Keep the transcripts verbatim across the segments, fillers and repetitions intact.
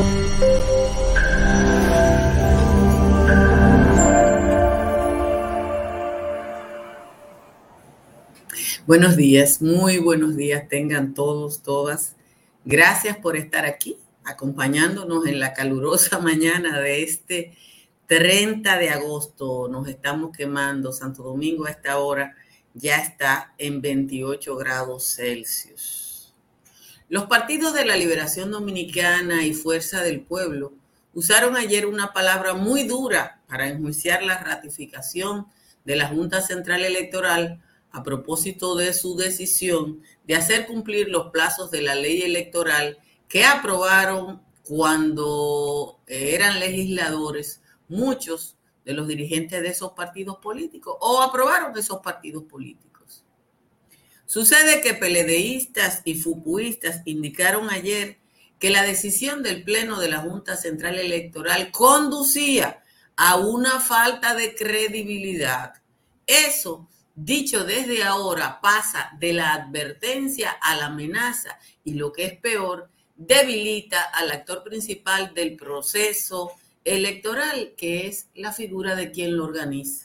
Buenos días, muy buenos días tengan todos, todas. Gracias por estar aquí, acompañándonos en la calurosa mañana de este treinta de agosto. Nos estamos quemando. Santo Domingo a esta hora ya está en veintiocho grados Celsius. Los partidos de la Liberación Dominicana y Fuerza del Pueblo usaron ayer una palabra muy dura para enjuiciar la ratificación de la Junta Central Electoral a propósito de su decisión de hacer cumplir los plazos de la ley electoral que aprobaron cuando eran legisladores muchos de los dirigentes de esos partidos políticos, o aprobaron esos partidos políticos. Sucede que PLDistas y FUPUistas indicaron ayer que la decisión del Pleno de la Junta Central Electoral conducía a una falta de credibilidad. Eso, dicho desde ahora, pasa de la advertencia a la amenaza y, lo que es peor, debilita al actor principal del proceso electoral, que es la figura de quien lo organiza.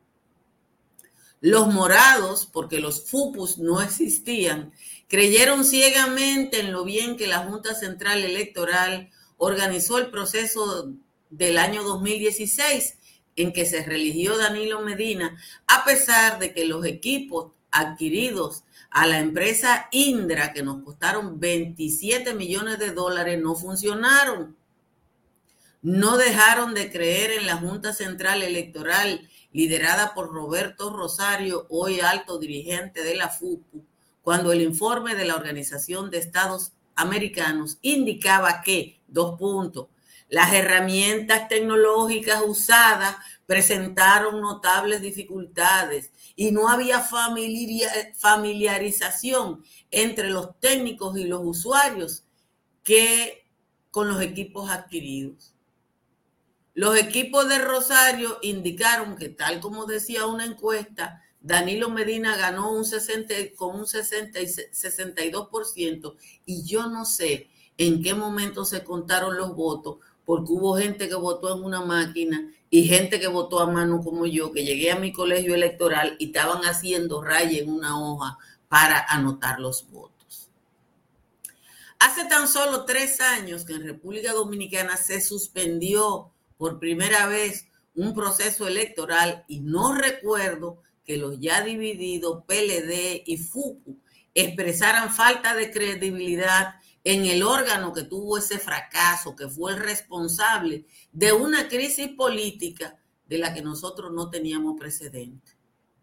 Los morados, porque los FUPUs no existían, creyeron ciegamente en lo bien que la Junta Central Electoral organizó el proceso del año dos mil dieciséis, en que se reeligió Danilo Medina, a pesar de que los equipos adquiridos a la empresa Indra, que nos costaron veintisiete millones de dólares, no funcionaron. No dejaron de creer en la Junta Central Electoral, liderada por Roberto Rosario, hoy alto dirigente de la FUPU, cuando el informe de la Organización de Estados Americanos indicaba que, dos puntos, las herramientas tecnológicas usadas presentaron notables dificultades y no había familiarización entre los técnicos y los usuarios que con los equipos adquiridos. Los equipos de Rosario indicaron que, tal como decía una encuesta, Danilo Medina ganó un sesenta, con un sesenta y sesenta y dos por ciento, y yo no sé en qué momento se contaron los votos, porque hubo gente que votó en una máquina y gente que votó a mano como yo, que llegué a mi colegio electoral y estaban haciendo raya en una hoja para anotar los votos. Hace tan solo tres años que en República Dominicana se suspendió por primera vez un proceso electoral, y no recuerdo que los ya divididos P L D y FUPU expresaran falta de credibilidad en el órgano que tuvo ese fracaso, que fue el responsable de una crisis política de la que nosotros no teníamos precedente.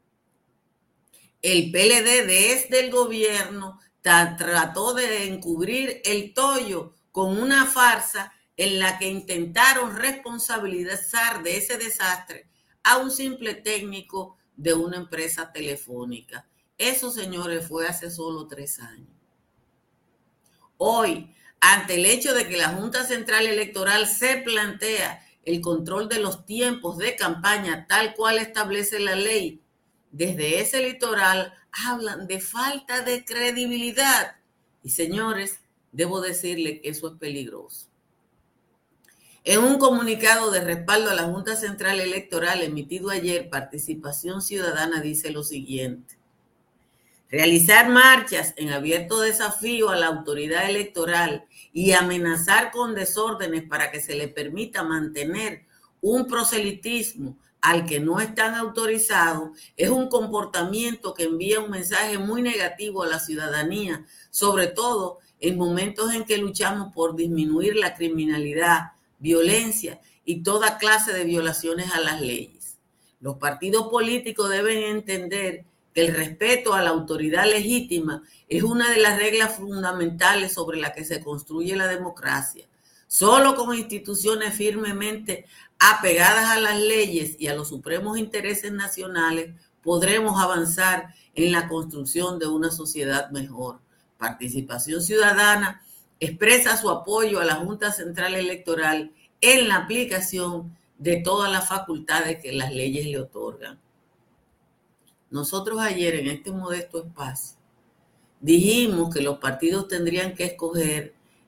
El P L D desde el gobierno trató de encubrir el tollo con una farsa en la que intentaron responsabilizar de ese desastre a un simple técnico de una empresa telefónica. Eso, señores, fue hace solo tres años. Hoy, ante el hecho de que la Junta Central Electoral se plantea el control de los tiempos de campaña tal cual establece la ley, desde ese litoral hablan de falta de credibilidad. Y, señores, debo decirles que eso es peligroso. En un comunicado de respaldo a la Junta Central Electoral emitido ayer, Participación Ciudadana dice lo siguiente: realizar marchas en abierto desafío a la autoridad electoral y amenazar con desórdenes para que se le permita mantener un proselitismo al que no están autorizados es un comportamiento que envía un mensaje muy negativo a la ciudadanía, sobre todo en momentos en que luchamos por disminuir la criminalidad, violencia y toda clase de violaciones a las leyes. Los partidos políticos deben entender que el respeto a la autoridad legítima es una de las reglas fundamentales sobre las que se construye la democracia. Solo con instituciones firmemente apegadas a las leyes y a los supremos intereses nacionales podremos avanzar en la construcción de una sociedad mejor. Participación Ciudadana expresa su apoyo a la Junta Central Electoral en la aplicación de todas las facultades que las leyes le otorgan. Nosotros ayer en este modesto espacio dijimos que los partidos tendrían que escoger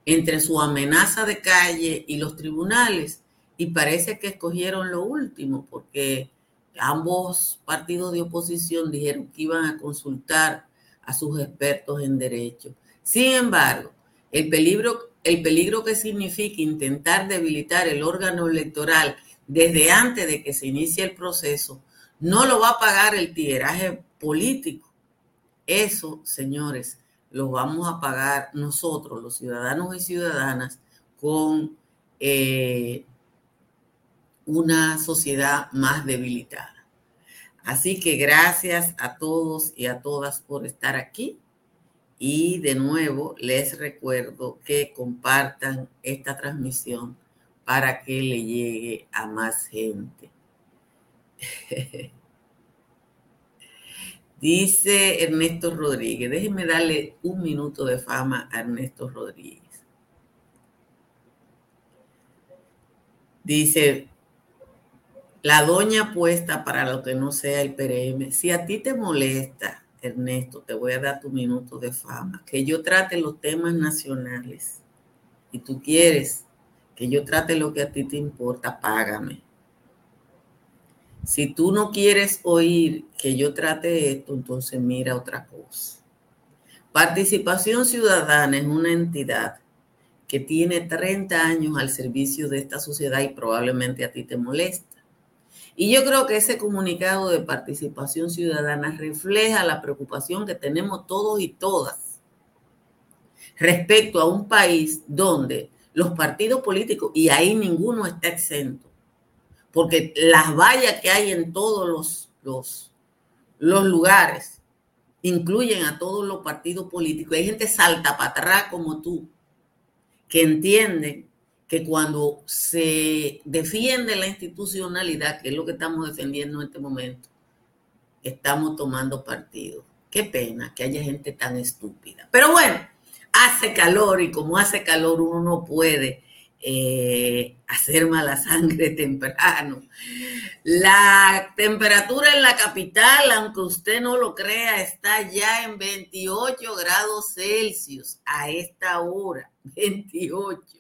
entre su amenaza de calle y los tribunales, y parece que escogieron lo último, porque ambos partidos de oposición dijeron que iban a consultar a sus expertos en derecho. Sin embargo, el peligro, el peligro que significa intentar debilitar el órgano electoral desde antes de que se inicie el proceso, no lo va a pagar el tigueraje político. Eso, señores, lo vamos a pagar nosotros, los ciudadanos y ciudadanas, con eh, una sociedad más debilitada. Así que gracias a todos y a todas por estar aquí. Y de nuevo les recuerdo que compartan esta transmisión para que le llegue a más gente. Dice Ernesto Rodríguez, déjenme darle un minuto de fama a Ernesto Rodríguez. Dice, la doña apuesta para lo que no sea el P R M. Si a ti te molesta, Ernesto, te voy a dar tu minuto de fama, que yo trate los temas nacionales y tú quieres que yo trate lo que a ti te importa, págame. Si tú no quieres oír que yo trate esto, entonces mira otra cosa. Participación Ciudadana es una entidad que tiene treinta años al servicio de esta sociedad y probablemente a ti te molesta. Y yo creo que ese comunicado de Participación Ciudadana refleja la preocupación que tenemos todos y todas respecto a un país donde los partidos políticos, y ahí ninguno está exento, porque las vallas que hay en todos los, los, los lugares incluyen a todos los partidos políticos. Hay gente salta para atrás como tú, que entienden que cuando se defiende la institucionalidad, que es lo que estamos defendiendo en este momento, estamos tomando partido. Qué pena que haya gente tan estúpida. Pero bueno, hace calor y como hace calor uno no puede eh, hacer mala sangre temprano. La temperatura en la capital, aunque usted no lo crea, está ya en veintiocho grados Celsius a esta hora. veintiocho.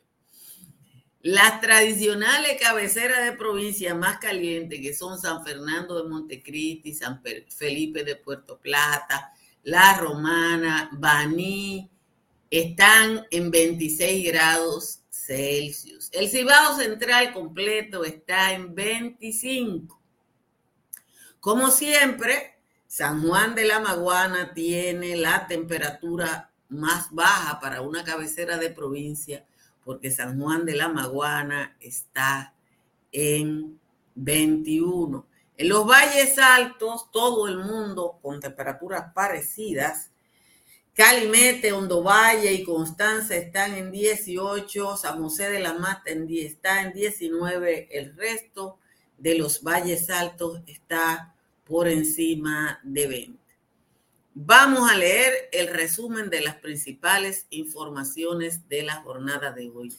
Las tradicionales cabeceras de provincia más calientes, que son San Fernando de Montecristi, San Felipe de Puerto Plata, La Romana, Baní, están en veintiséis grados Celsius. El Cibao Central completo está en veinticinco. Como siempre, San Juan de la Maguana tiene la temperatura más baja para una cabecera de provincia, porque San Juan de la Maguana está en veintiuno. En los valles altos, todo el mundo con temperaturas parecidas. Calimete, Hondo Valle y Constanza están en dieciocho, San José de la Mata en diez, está en diecinueve, el resto de los valles altos está por encima de veinte. Vamos a leer el resumen de las principales informaciones de la jornada de hoy.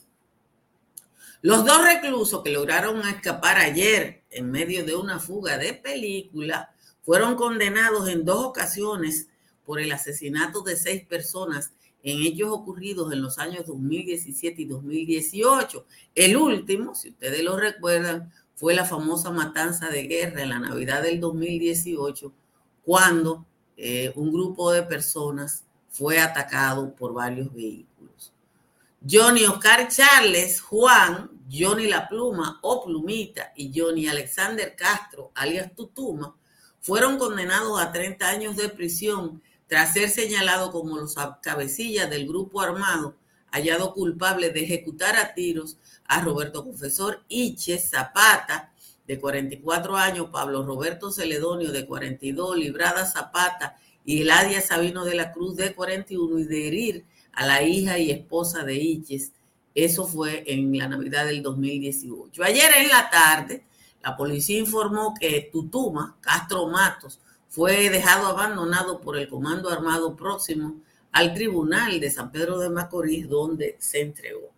Los dos reclusos que lograron escapar ayer en medio de una fuga de película fueron condenados en dos ocasiones por el asesinato de seis personas en hechos ocurridos en los años dos mil diecisiete y dos mil dieciocho. El último, si ustedes lo recuerdan, fue la famosa matanza de guerra en la Navidad del dos mil dieciocho, cuando eh, un grupo de personas fue atacado por varios vehículos. Johnny Oscar Charles, Juan, Johnny La Pluma o Plumita y Johnny Alexander Castro, alias Tutuma, fueron condenados a treinta años de prisión tras ser señalados como los cabecillas del grupo armado hallado culpable de ejecutar a tiros a Roberto Confesor Iches Zapata, de cuarenta y cuatro años, Pablo Roberto Celedonio, de cuarenta y dos, Librada Zapata y Eladia Sabino de la Cruz, de cuarenta y uno, y de herir a la hija y esposa de Iches. Eso fue en la Navidad del dos mil dieciocho. Ayer en la tarde, la policía informó que Tutuma, Castro Matos, fue dejado abandonado por el Comando Armado próximo al Tribunal de San Pedro de Macorís, donde se entregó.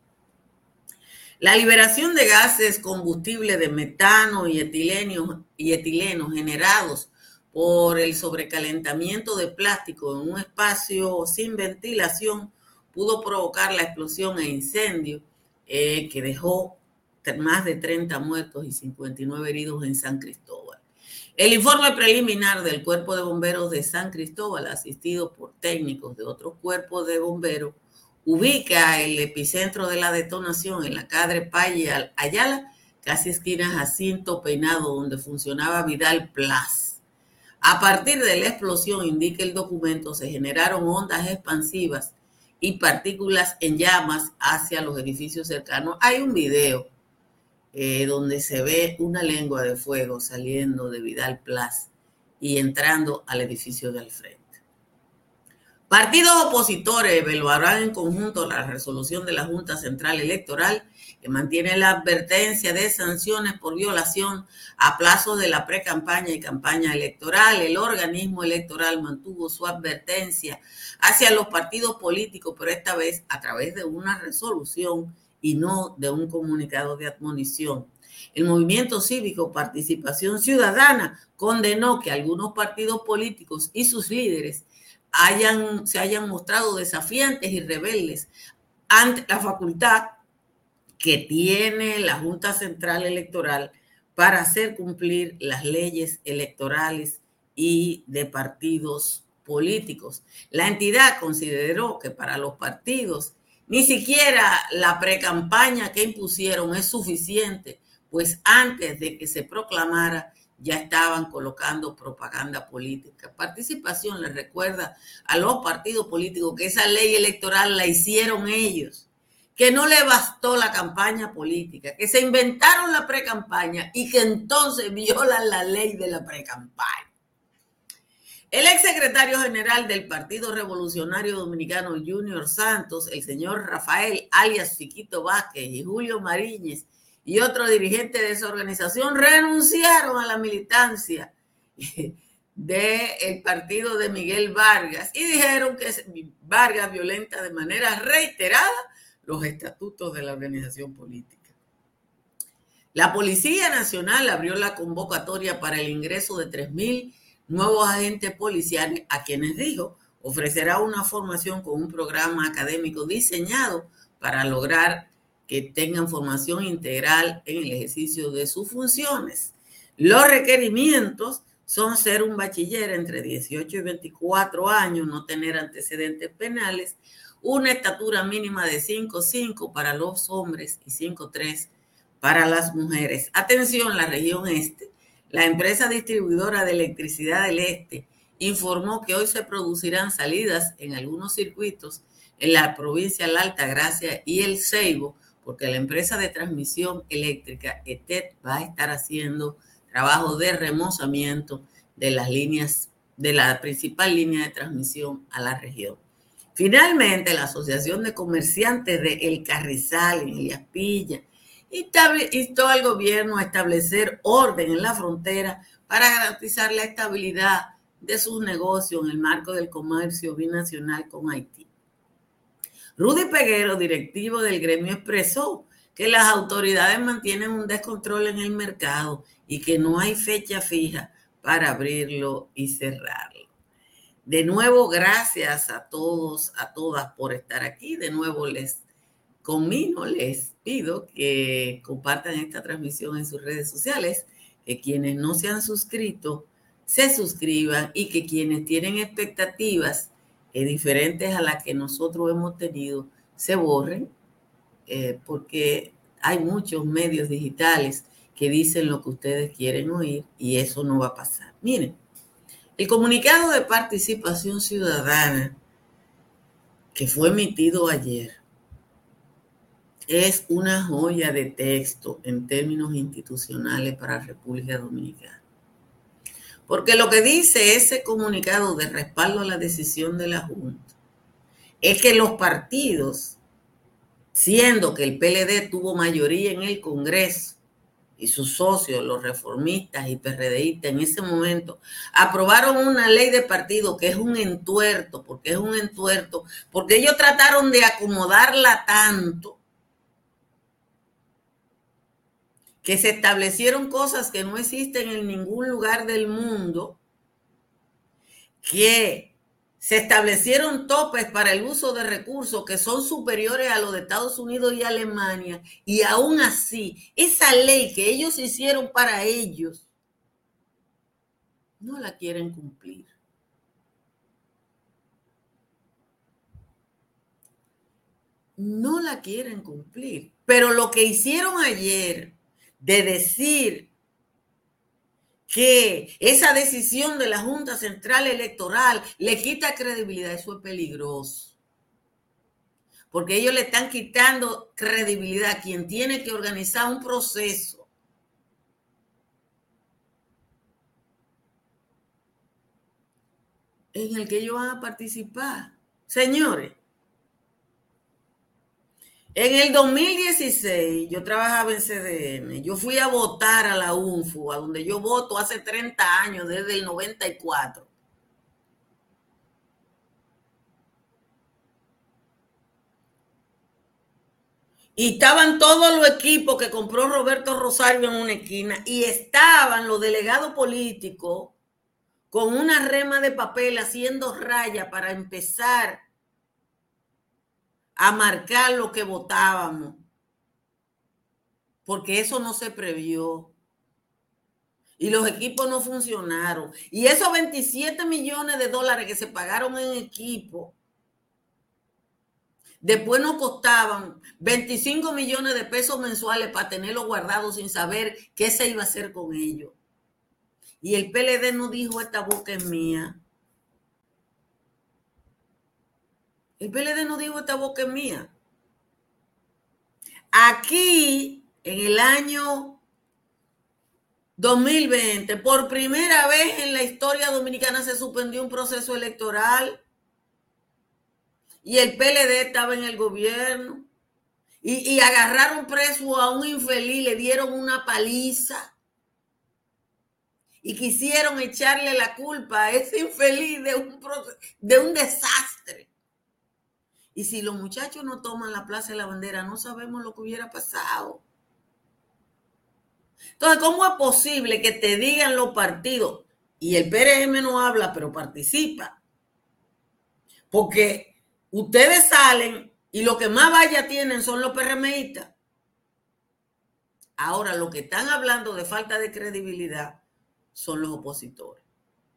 La liberación de gases combustible de metano y etileno, y etileno generados por el sobrecalentamiento de plástico en un espacio sin ventilación pudo provocar la explosión e incendio eh, que dejó más de treinta muertos y cincuenta y nueve heridos en San Cristóbal. El informe preliminar del Cuerpo de Bomberos de San Cristóbal, asistido por técnicos de otros cuerpos de bomberos, ubica el epicentro de la detonación en la calle Palle Ayala, casi esquina Jacinto Peinado, donde funcionaba Vidal Plus. A partir de la explosión, indica el documento, se generaron ondas expansivas y partículas en llamas hacia los edificios cercanos. Hay un video eh, donde se ve una lengua de fuego saliendo de Vidal Plus y entrando al edificio del frente. Partidos opositores evaluarán en conjunto la resolución de la Junta Central Electoral que mantiene la advertencia de sanciones por violación a plazos de la pre-campaña y campaña electoral. El organismo electoral mantuvo su advertencia hacia los partidos políticos, pero esta vez a través de una resolución y no de un comunicado de admonición. El movimiento cívico Participación Ciudadana condenó que algunos partidos políticos y sus líderes Hayan, se hayan mostrado desafiantes y rebeldes ante la facultad que tiene la Junta Central Electoral para hacer cumplir las leyes electorales y de partidos políticos. La entidad consideró que para los partidos ni siquiera la precampaña que impusieron es suficiente, pues antes de que se proclamara ya estaban colocando propaganda política. Participación les recuerda a los partidos políticos que esa ley electoral la hicieron ellos, que no le bastó la campaña política, que se inventaron la precampaña y que entonces violan la ley de la precampaña. El exsecretario general del Partido Revolucionario Dominicano, Junior Santos, el señor Rafael alias Chiquito Vázquez y Julio Mariñez, y otros dirigentes de esa organización renunciaron a la militancia del partido de Miguel Vargas y dijeron que Vargas violenta de manera reiterada los estatutos de la organización política. La Policía Nacional abrió la convocatoria para el ingreso de tres mil nuevos agentes policiales, a quienes dijo ofrecerá una formación con un programa académico diseñado para lograr que tengan formación integral en el ejercicio de sus funciones. Los requerimientos son ser un bachiller entre dieciocho y veinticuatro años, no tener antecedentes penales, una estatura mínima de cinco cinco para los hombres y cinco tres para las mujeres. Atención, la región este. La empresa distribuidora de electricidad del Este informó que hoy se producirán salidas en algunos circuitos en la provincia de La Altagracia y El Ceibo, porque la empresa de transmisión eléctrica E T E D va a estar haciendo trabajo de remozamiento de las líneas, de la principal línea de transmisión a la región. Finalmente, la Asociación de Comerciantes de El Carrizal, en Elías Piña, instó al gobierno a establecer orden en la frontera para garantizar la estabilidad de sus negocios en el marco del comercio binacional con Haití. Rudy Peguero, directivo del gremio, expresó que las autoridades mantienen un descontrol en el mercado y que no hay fecha fija para abrirlo y cerrarlo. De nuevo, gracias a todos, a todas por estar aquí. De nuevo, les conmino, les pido que compartan esta transmisión en sus redes sociales, que quienes no se han suscrito se suscriban y que quienes tienen expectativas eh, diferentes a las que nosotros hemos tenido se borren, eh, porque hay muchos medios digitales que dicen lo que ustedes quieren oír y eso no va a pasar. Miren, el comunicado de participación ciudadana que fue emitido ayer es una joya de texto en términos institucionales para la República Dominicana. Porque lo que dice ese comunicado de respaldo a la decisión de la Junta es que los partidos, siendo que el P L D tuvo mayoría en el Congreso y sus socios, los reformistas y PRDistas en ese momento, aprobaron una ley de partido que es un entuerto, porque es un entuerto, porque ellos trataron de acomodarla tanto que se establecieron cosas que no existen en ningún lugar del mundo, que se establecieron topes para el uso de recursos que son superiores a los de Estados Unidos y Alemania, y aún así, esa ley que ellos hicieron para ellos, no la quieren cumplir. No la quieren cumplir. Pero lo que hicieron ayer de decir que esa decisión de la Junta Central Electoral le quita credibilidad, eso es peligroso. Porque ellos le están quitando credibilidad a quien tiene que organizar un proceso en el que ellos van a participar. Señores, en el dos mil dieciséis yo trabajaba en C D N, yo fui a votar a la U N F U, a donde yo voto hace treinta años, desde el noventa y cuatro. Y estaban todos los equipos que compró Roberto Rosario en una esquina, y estaban los delegados políticos con una rema de papel haciendo raya para empezar a marcar lo que votábamos, porque eso no se previó. Y los equipos no funcionaron. Y esos veintisiete millones de dólares que se pagaron en equipo, después nos costaban veinticinco millones de pesos mensuales para tenerlos guardados sin saber qué se iba a hacer con ellos. Y el P L D no dijo, esta boca es mía. El P L D no dijo, esta boca es mía. Aquí, en el año dos mil veinte, por primera vez en la historia dominicana se suspendió un proceso electoral y el P L D estaba en el gobierno y, y agarraron preso a un infeliz, le dieron una paliza y quisieron echarle la culpa a ese infeliz de un, de un desastre. Y si los muchachos no toman la Plaza de la Bandera, no sabemos lo que hubiera pasado. Entonces, ¿cómo es posible que te digan los partidos? Y el P R M no habla, pero participa. Porque ustedes salen y lo que más valla tienen son los PRMistas. Ahora, lo que están hablando de falta de credibilidad son los opositores.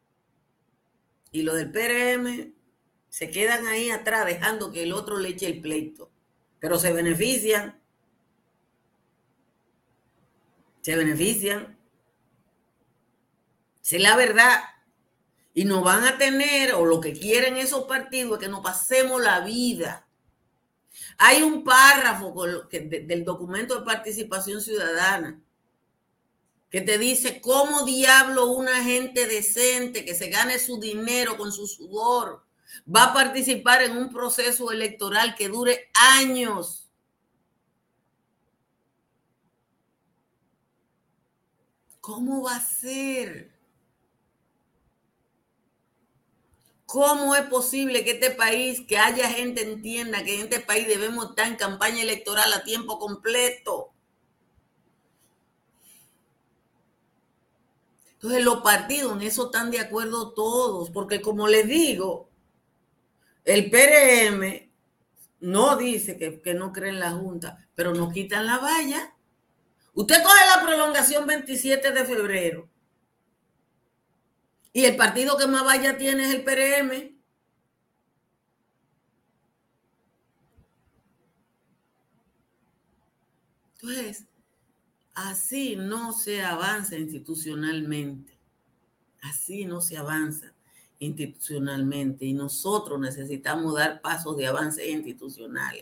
Y los del P R M se quedan ahí atrás dejando que el otro le eche el pleito. Pero se benefician. Se benefician. Esa es la verdad. Y nos van a tener, o lo que quieren esos partidos, es que nos pasemos la vida. Hay un párrafo del documento de participación ciudadana que te dice cómo diablo una gente decente que se gane su dinero con su sudor va a participar en un proceso electoral que dure años. ¿Cómo va a ser? ¿Cómo es posible que este país, que haya gente entienda que en este país debemos estar en campaña electoral a tiempo completo? Entonces los partidos en eso están de acuerdo todos, porque como les digo, el P R M no dice que, que no cree en la Junta, pero no quitan la valla. Usted coge la prolongación veintisiete de febrero y el partido que más valla tiene es el P R M. Entonces, así no se avanza institucionalmente. Así no se avanza institucionalmente. Y nosotros necesitamos dar pasos de avance institucionales.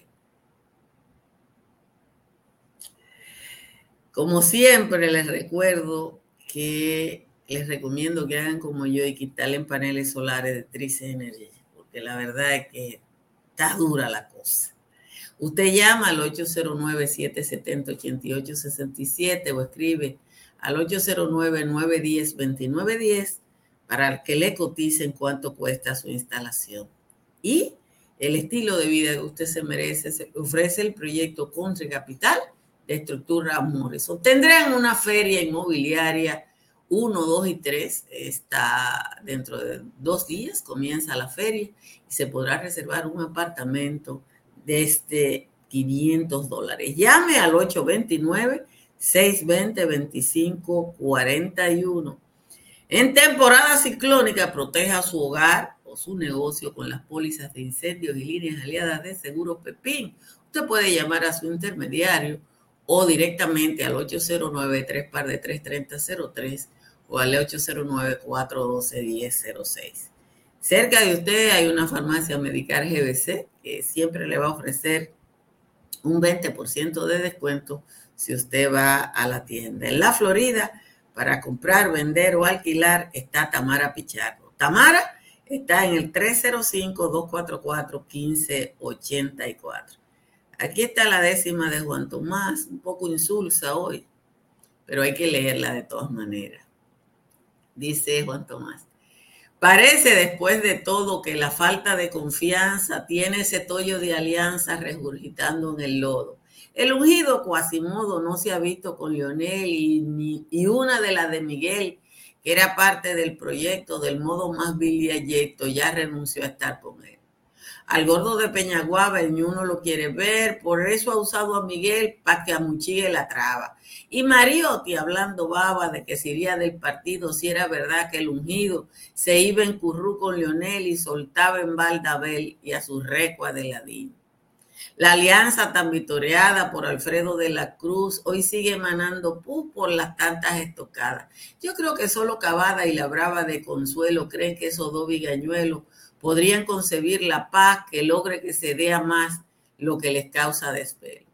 Como siempre, les recuerdo que les recomiendo que hagan como yo y que instalen paneles solares de Trice Energy, porque la verdad es que está dura la cosa. Usted llama al ocho cero nueve, siete siete cero, ocho ocho seis siete o escribe al ocho cero nueve, nueve uno cero, dos nueve uno cero para que le coticen cuánto cuesta su instalación. Y el estilo de vida que usted se merece se ofrece el proyecto Country Capital de Estructura Amores. Obtendrán una feria inmobiliaria uno, dos y tres. Está dentro de dos días, comienza la feria y se podrá reservar un apartamento desde quinientos dólares. Llame al ocho dos nueve, seis dos cero, dos cinco cuatro uno. En temporada ciclónica, proteja su hogar o su negocio con las pólizas de incendios y líneas aliadas de Seguro Pepín. Usted puede llamar a su intermediario o directamente al ocho cero nueve, tres par de tres, treinta cero tres o al ocho cero nueve, cuatro uno dos, diez cero seis. Cerca de usted hay una farmacia Medicar G B C que siempre le va a ofrecer un veinte por ciento de descuento si usted va a la tienda. En la Florida, para comprar, vender o alquilar, está Tamara Pichardo. Tamara está en el tres cero cinco, dos cuatro cuatro, uno cinco ocho cuatro. Aquí está la décima de Juan Tomás, un poco insulsa hoy, pero hay que leerla de todas maneras. Dice Juan Tomás: parece después de todo que la falta de confianza tiene ese tollo de alianza regurgitando en el lodo. El ungido Quasimodo no se ha visto con Leonel y, ni, y una de las de Miguel, que era parte del proyecto del modo más vil y ayecto, ya renunció a estar con él. Al gordo de Peñaguaba el ñuno lo quiere ver, por eso ha usado a Miguel para que amuchille la traba. Y Mariotti hablando baba de que se iría del partido si era verdad que el ungido se iba en currú con Leonel y soltaba en Valdabel y a su recua de ladín. La alianza tan vitoreada por Alfredo de la Cruz hoy sigue emanando pus por las tantas estocadas. Yo creo que solo Cavada y la brava de Consuelo creen que esos dos bigañuelos podrían concebir la paz que logre que se dé a más lo que les causa desvelo.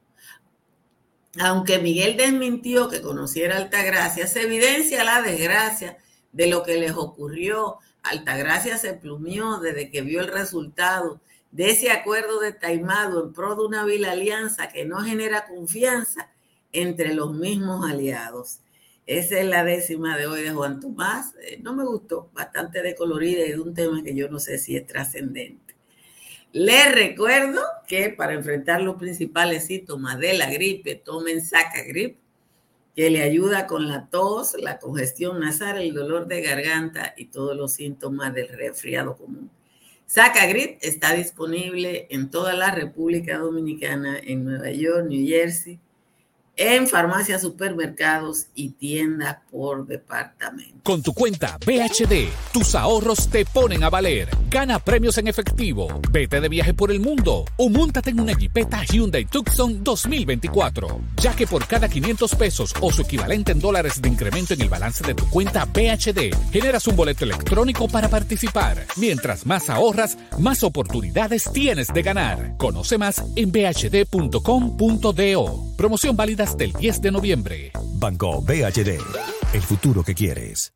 Aunque Miguel desmintió que conociera a Altagracia, se evidencia la desgracia de lo que les ocurrió. Altagracia se plumió desde que vio el resultado de ese acuerdo de taimado en pro de una vil alianza que no genera confianza entre los mismos aliados. Esa es la décima de hoy de Juan Tomás. Eh, no me gustó, bastante decolorida y de un tema que yo no sé si es trascendente. Les recuerdo que para enfrentar los principales síntomas de la gripe, tomen Sacagrip, que le ayuda con la tos, la congestión nasal, el dolor de garganta y todos los síntomas del resfriado común. Sacagrip está disponible en toda la República Dominicana, en Nueva York, New Jersey, en farmacias, supermercados y tiendas por departamento. Con tu cuenta B H D, tus ahorros te ponen a valer. Gana premios en efectivo, vete de viaje por el mundo o móntate en una Jeepeta Hyundai Tucson dos mil veinticuatro. Ya que por cada quinientos pesos o su equivalente en dólares de incremento en el balance de tu cuenta B H D, generas un boleto electrónico para participar. Mientras más ahorras, más oportunidades tienes de ganar. Conoce más en b h d punto com punto do. Promoción válida hasta el diez de noviembre. Banco B H D, el futuro que quieres.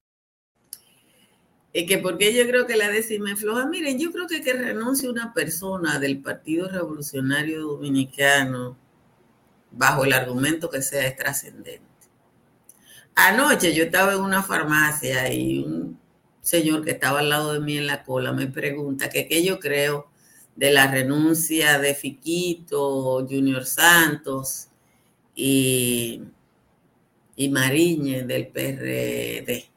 Y que porque yo creo que la décima es floja. Miren, yo creo que que renuncie una persona del Partido Revolucionario Dominicano bajo el argumento que sea es trascendente. Anoche yo estaba en una farmacia y un señor que estaba al lado de mí en la cola me pregunta que qué yo creo de la renuncia de Fiquito, Junior Santos y, y Mariñez del P R D.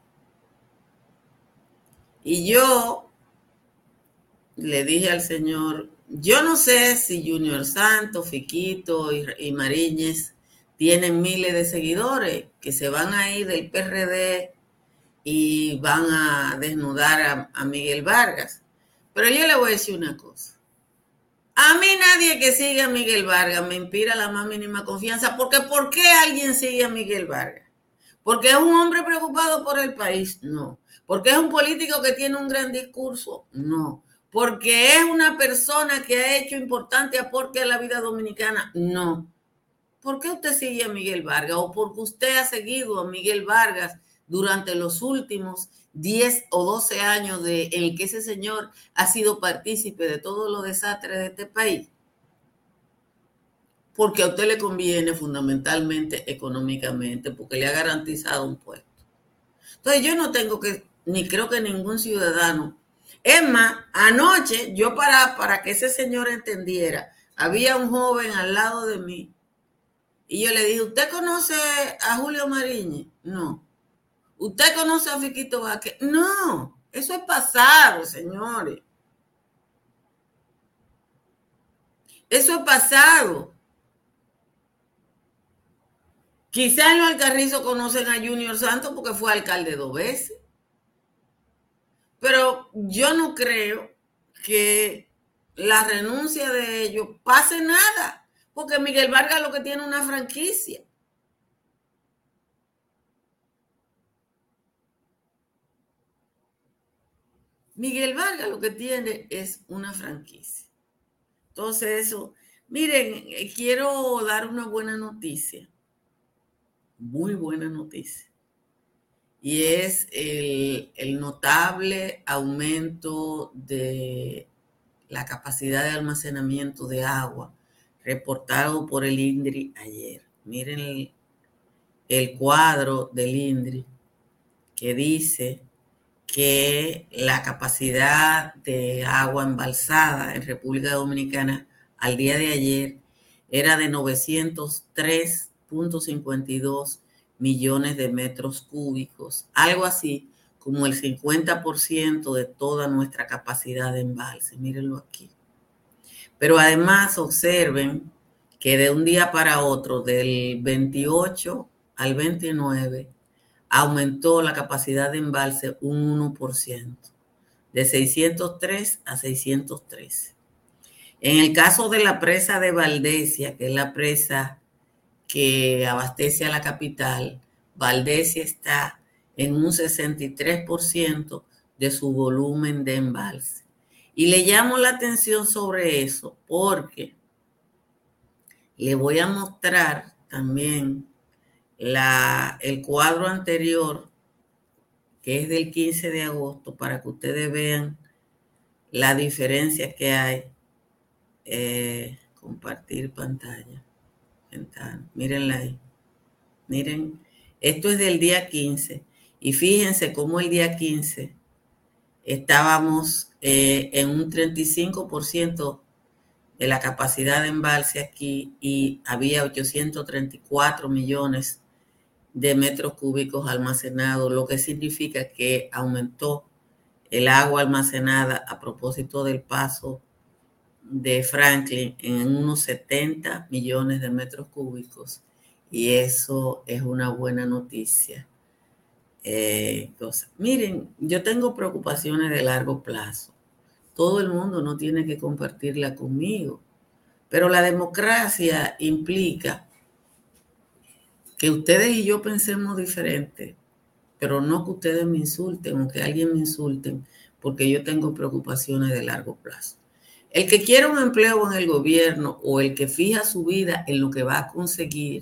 Y yo le dije al señor, yo no sé si Junior Santos, Fiquito y, y Mariñez tienen miles de seguidores que se van a ir del P R D y van a desnudar a, a Miguel Vargas. Pero yo le voy a decir una cosa. A mí nadie que siga a Miguel Vargas me inspira la más mínima confianza, porque ¿por qué alguien sigue a Miguel Vargas? ¿Porque es un hombre preocupado por el país? No. ¿Porque es un político que tiene un gran discurso? No. ¿Porque es una persona que ha hecho importante aporte a la vida dominicana? No. ¿Por qué usted sigue a Miguel Vargas? ¿O porque usted ha seguido a Miguel Vargas durante los últimos diez o doce años de, en el que ese señor ha sido partícipe de todos los desastres de este país? Porque a usted le conviene fundamentalmente económicamente, porque le ha garantizado un puesto. Entonces yo no tengo que, ni creo que ningún ciudadano. Es más, anoche yo para, para que ese señor entendiera, había un joven al lado de mí y yo le dije, ¿usted conoce a Julio Mariñez? No. ¿Usted conoce a Fiquito Vázquez? No, eso es pasado, señores. Eso es pasado. Quizás en los Alcarrizos conocen a Junior Santos porque fue alcalde dos veces. Pero yo no creo que la renuncia de ellos pase nada. Porque Miguel Vargas lo que tiene es una franquicia. Miguel Vargas lo que tiene es una franquicia. Entonces eso, miren, quiero dar una buena noticia. Muy buena noticia. Y es el, el notable aumento de la capacidad de almacenamiento de agua reportado por el INDRI ayer. Miren el, el cuadro del INDRI que dice que la capacidad de agua embalsada en República Dominicana al día de ayer era de novecientos tres punto cincuenta y dos millones de metros cúbicos, algo así como el cincuenta por ciento de toda nuestra capacidad de embalse. Mírenlo aquí. Pero además observen que de un día para otro, del veintiocho al veintinueve, aumentó la capacidad de embalse un uno por ciento, de seiscientos tres a seiscientos trece. En el caso de la presa de Valdesia, que es la presa que abastece a la capital, Valdesia está en un sesenta y tres por ciento de su volumen de embalse. Y le llamo la atención sobre eso porque le voy a mostrar también la, el cuadro anterior, que es del quince de agosto, para que ustedes vean la diferencia que hay. Eh, compartir pantalla. Ventana. Mírenla ahí. Miren, esto es del día quince. Y fíjense cómo el día quince estábamos eh, en un treinta y cinco por ciento de la capacidad de embalse aquí y había ochocientos treinta y cuatro millones de metros cúbicos almacenados, lo que significa que aumentó el agua almacenada a propósito del paso de Franklin en unos setenta millones de metros cúbicos, y eso es una buena noticia. Eh, cosa. Miren, yo tengo preocupaciones de largo plazo. Todo el mundo no tiene que compartirla conmigo, pero la democracia implica que ustedes y yo pensemos diferente, pero no que ustedes me insulten o que alguien me insulten porque yo tengo preocupaciones de largo plazo. El que quiera un empleo en el gobierno o el que fija su vida en lo que va a conseguir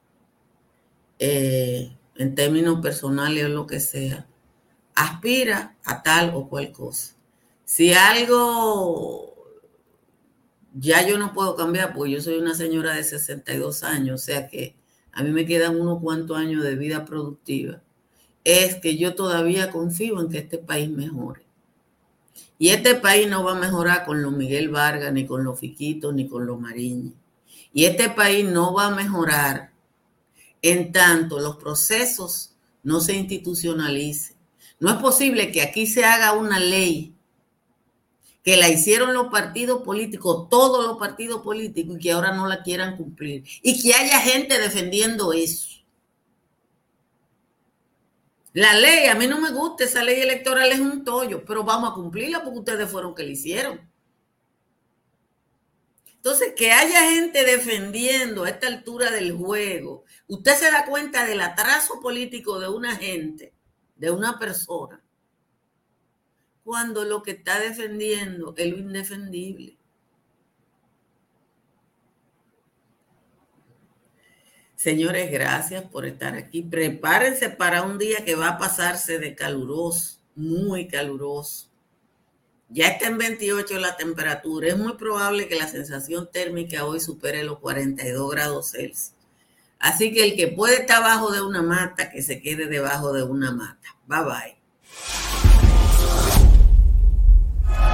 eh, en términos personales o lo que sea, aspira a tal o cual cosa. Si algo ya yo no puedo cambiar, porque yo soy una señora de sesenta y dos años, o sea que a mí me quedan unos cuantos años de vida productiva, es que yo todavía confío en que este país mejore. Y este país no va a mejorar con los Miguel Vargas, ni con los Fiquitos, ni con los Mariñez. Y este país no va a mejorar en tanto los procesos no se institucionalicen. No es posible que aquí se haga una ley que la hicieron los partidos políticos, todos los partidos políticos, y que ahora no la quieran cumplir. Y que haya gente defendiendo eso. La ley, a mí no me gusta, esa ley electoral es un tollo, pero vamos a cumplirla porque ustedes fueron que la hicieron. Entonces, que haya gente defendiendo a esta altura del juego, usted se da cuenta del atraso político de una gente, de una persona, cuando lo que está defendiendo es lo indefendible. Señores, gracias por estar aquí. Prepárense para un día que va a pasarse de caluroso, muy caluroso. Ya está en veintiocho la temperatura. Es muy probable que la sensación térmica hoy supere los cuarenta y dos grados Celsius. Así que el que puede estar abajo de una mata, que se quede debajo de una mata. Bye bye.